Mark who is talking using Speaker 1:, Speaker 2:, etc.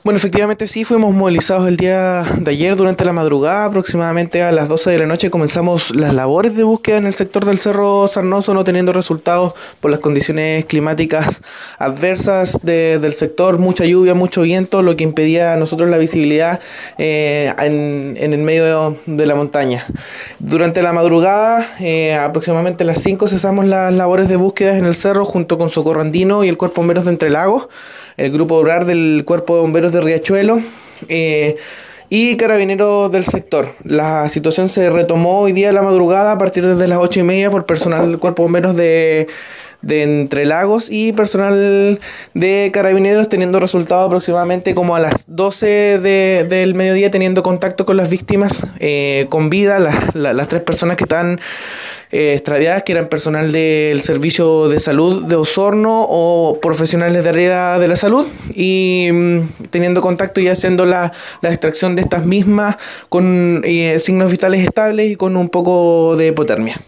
Speaker 1: Bueno, efectivamente sí, fuimos movilizados el día de ayer durante la madrugada, aproximadamente a las 12 de la noche comenzamos las labores de búsqueda en el sector del Cerro Sarnoso, no teniendo resultados por las condiciones climáticas adversas del sector, mucha lluvia, mucho viento, lo que impedía a nosotros la visibilidad en el medio de la montaña. Durante la madrugada, aproximadamente a las 5 cesamos las labores de búsqueda en el cerro junto con Socorro Andino y el Cuerpo de Bomberos de Entrelagos, el grupo obrero del Cuerpo de Bomberos de Riachuelo y Carabineros del sector. La situación se retomó hoy día a la madrugada a partir de las 8:30 por personal del Cuerpo de Bomberos de Entrelagos y personal de Carabineros, teniendo resultado aproximadamente como a las 12 del mediodía, teniendo contacto con las víctimas con vida, las tres personas que están extraviadas, que eran personal del Servicio de Salud de Osorno o profesionales de área de la salud, y teniendo contacto y haciendo la extracción de estas mismas con signos vitales estables y con un poco de hipotermia.